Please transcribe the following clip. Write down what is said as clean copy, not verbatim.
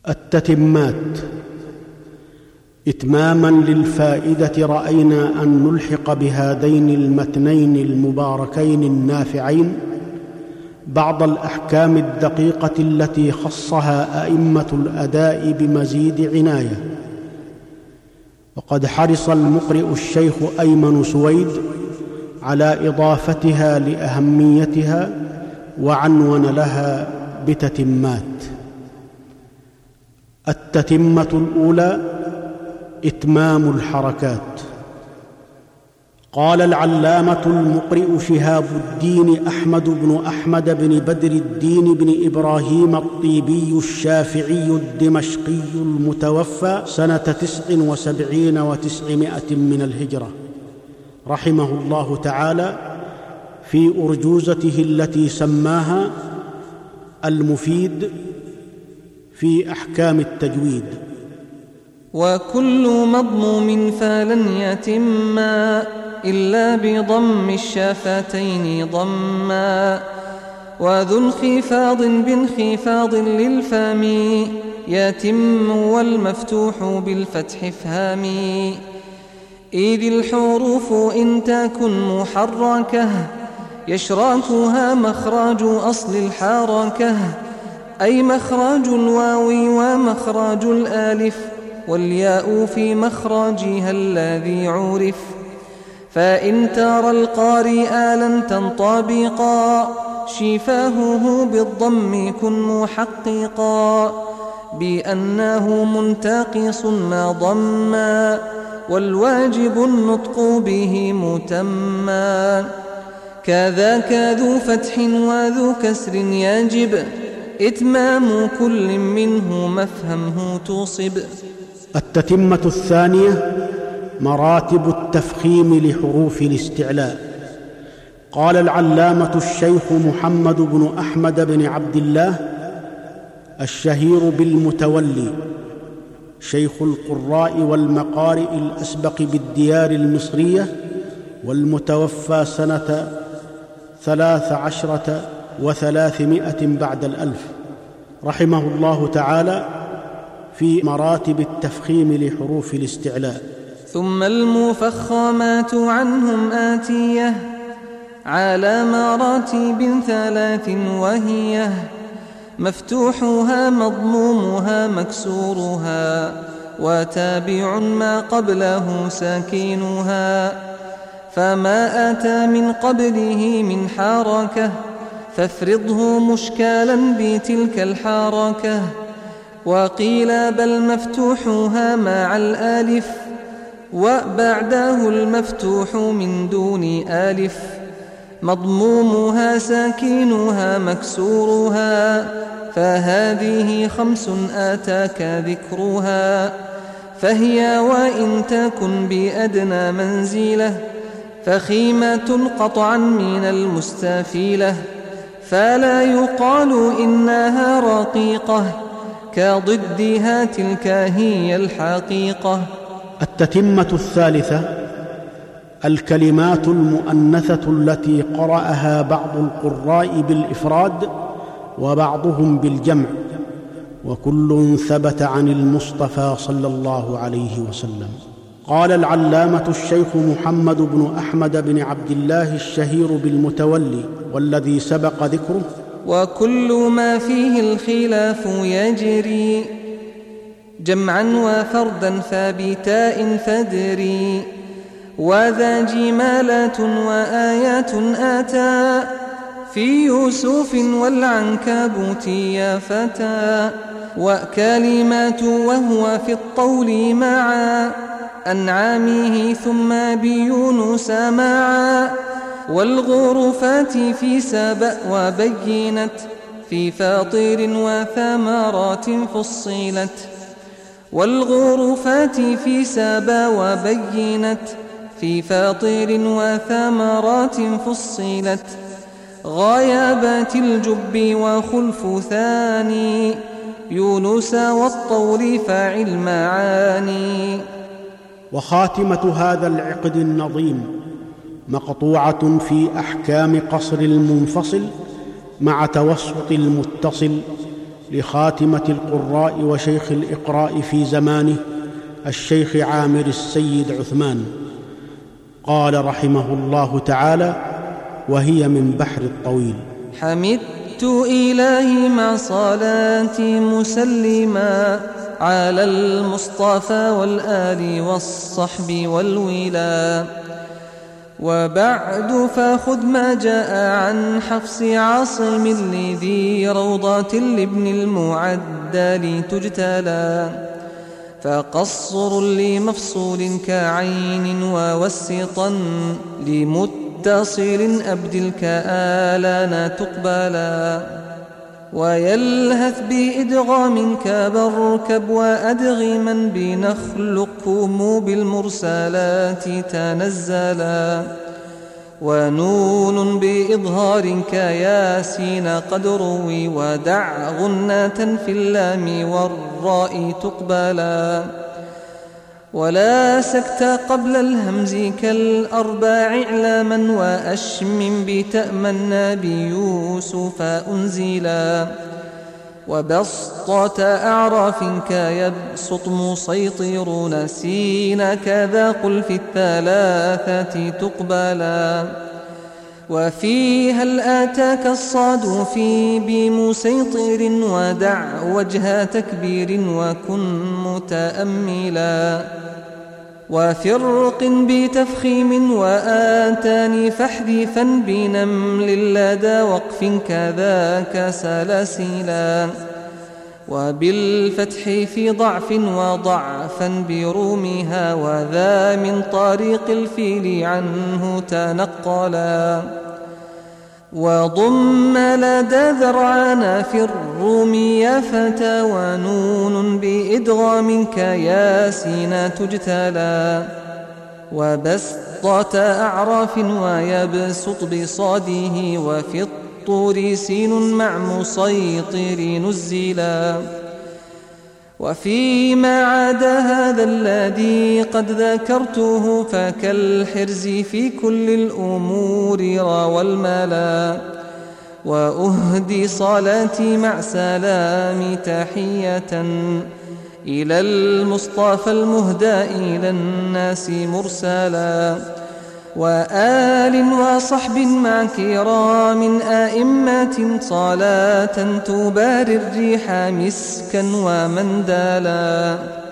التتمات. إتماماً للفائدة رأينا أن نلحق بهذين المتنين المباركين النافعين بعض الأحكام الدقيقة التي خصها أئمة الأداء بمزيد عناية، وقد حرص المقرئ الشيخ أيمن سويد على إضافتها لأهميتها وعنون لها بتتمات. التتمة الأولى إتمام الحركات. قال العلامة المقرئ شهاب الدين أحمد بن أحمد بن بدر الدين بن إبراهيم الطيبي الشافعي الدمشقي المتوفى سنة 79 و900 من الهجرة رحمه الله تعالى في أرجوزته التي سماها المفيد في أحكام التجويد: وكل مضموم فلن يتما إلا بضم الشفتين ضما، وذو انخفاض بانخفاض للفم يتم، والمفتوح بالفتح افهمي. إذ الحروف إن تكن محركة يشراكها مخرج أصل الحركة، أي مخرج الواو ومخرج الآلف والياء في مخرجها الذي عرف. فإن ترى القارئ لن تنطبقا شفاهه بالضم كن محققا، بأنه منتقص ما ضما، والواجب النطق به متما. كذاك ذو فتح وذو كسر يجب إتمام كل منه مفهمه تصب. التتمة الثانية مراتب التفخيم لحروف الاستعلاء. قال العلامة الشيخ محمد بن أحمد بن عبد الله الشهير بالمتولي، شيخ القراء والمقارئ الأسبق بالديار المصرية، والمتوفى سنة 13 و300 بعد الألف، رحمه الله تعالى، في مراتب التفخيم لحروف الاستعلاء. ثم المفخمات عنهم آتية على مراتب 3، وهي: مفتوحها مضمومها مكسورها، وتابع ما قبله ساكنها. فما أتى من قبله من حركة فافرضه مشكالا بتلك الحركة. وقيل بل مفتوحها مع الآلف، وبعده المفتوح من دون آلف. مضمومها ساكنها مكسورها، فهذه 5 آتاك ذكرها. فهي وإن تكن بأدنى منزلة فخيمة قطعا من المستفيلة، فلا يقال إنها رقيقة، كضدها تلك هي الحقيقة. التتمة الثالثة الكلمات المؤنثة التي قرأها بعض القراء بالإفراد وبعضهم بالجمع، وكل ثبت عن المصطفى صلى الله عليه وسلم. قال العلامة الشيخ محمد بن أحمد بن عبد الله الشهير بالمتولي والذي سبق ذكره: وكل ما فيه الخلاف يجري جمعا وفردا فبتاء فادري. وذا جمالات وآيات آتى في يوسف والعنكبوت يا فتى. وكلمات وهو في الطول معا أنعامه ثم بيونس معا. والغرفات في سبأ وبينت في فاطر وثمرات فصلت. والغرفات في سبأ وبينت في فاطر وثمرات فصلت. غيابات الجب وخلف ثاني يونس والطول فاعل معاني. وخاتمة هذا العقد النظيم مقطوعة في أحكام قصر المنفصل مع توسط المتصل لخاتمة القراء وشيخ الإقراء في زمانه الشيخ عامر السيد عثمان. قال رحمه الله تعالى: وهي من بحر الطويل. حمدت إلهي مع صلاتي مسلما على المصطفى والآل والصحب والولا. وبعد فخذ ما جاء عن حفص عاصم لذي روضة لابن المعدل تجتلى. فقصر لمفصول كعين ووسطا لمتصل أبدل كآلانا تقبلا. ويلهث بإدغام كبركب وأدغما بنخلقكم بالمرسلات تنزلا. ونون بإظهار كياسين قد روي ودع غنة في اللام والراء تقبلا. ولا سكت قبل الهمز كالأرباع إعلاما وأشم بتأمن بيوسف أنزلا. وبسطة أعراف كيبسط مسيطرون سين كذا قل في الثلاثة تقبلا. وفيها الآتاك الصاد في بمسيطر ودع وجه تكبير وكن متأملا. وفرق بتفخيم وآتاني فاحذفا بنمل لدى وقف كذاك سلسلا. وبالفتح في ضعف وضعفا برومها وذا من طريق الفيل عنه تنقلا. وضم لدى ذرعان في الروم يا فتى ونون بإدغام كياسين تجتلى. وبسطة أعراف ويبسط بصاده وفي الطور سين مع مسيطر نزلا. وفيما عدا هذا الذي قد ذكرته فكالحرز في كل الأمور روى الملا. وأهدي صلاتي مع سلام تحية إلى المصطفى المهدى إلى الناس مرسلا. وآل وصحب مع كرام آئمة صلاة تباري الريح مسكا ومندلا.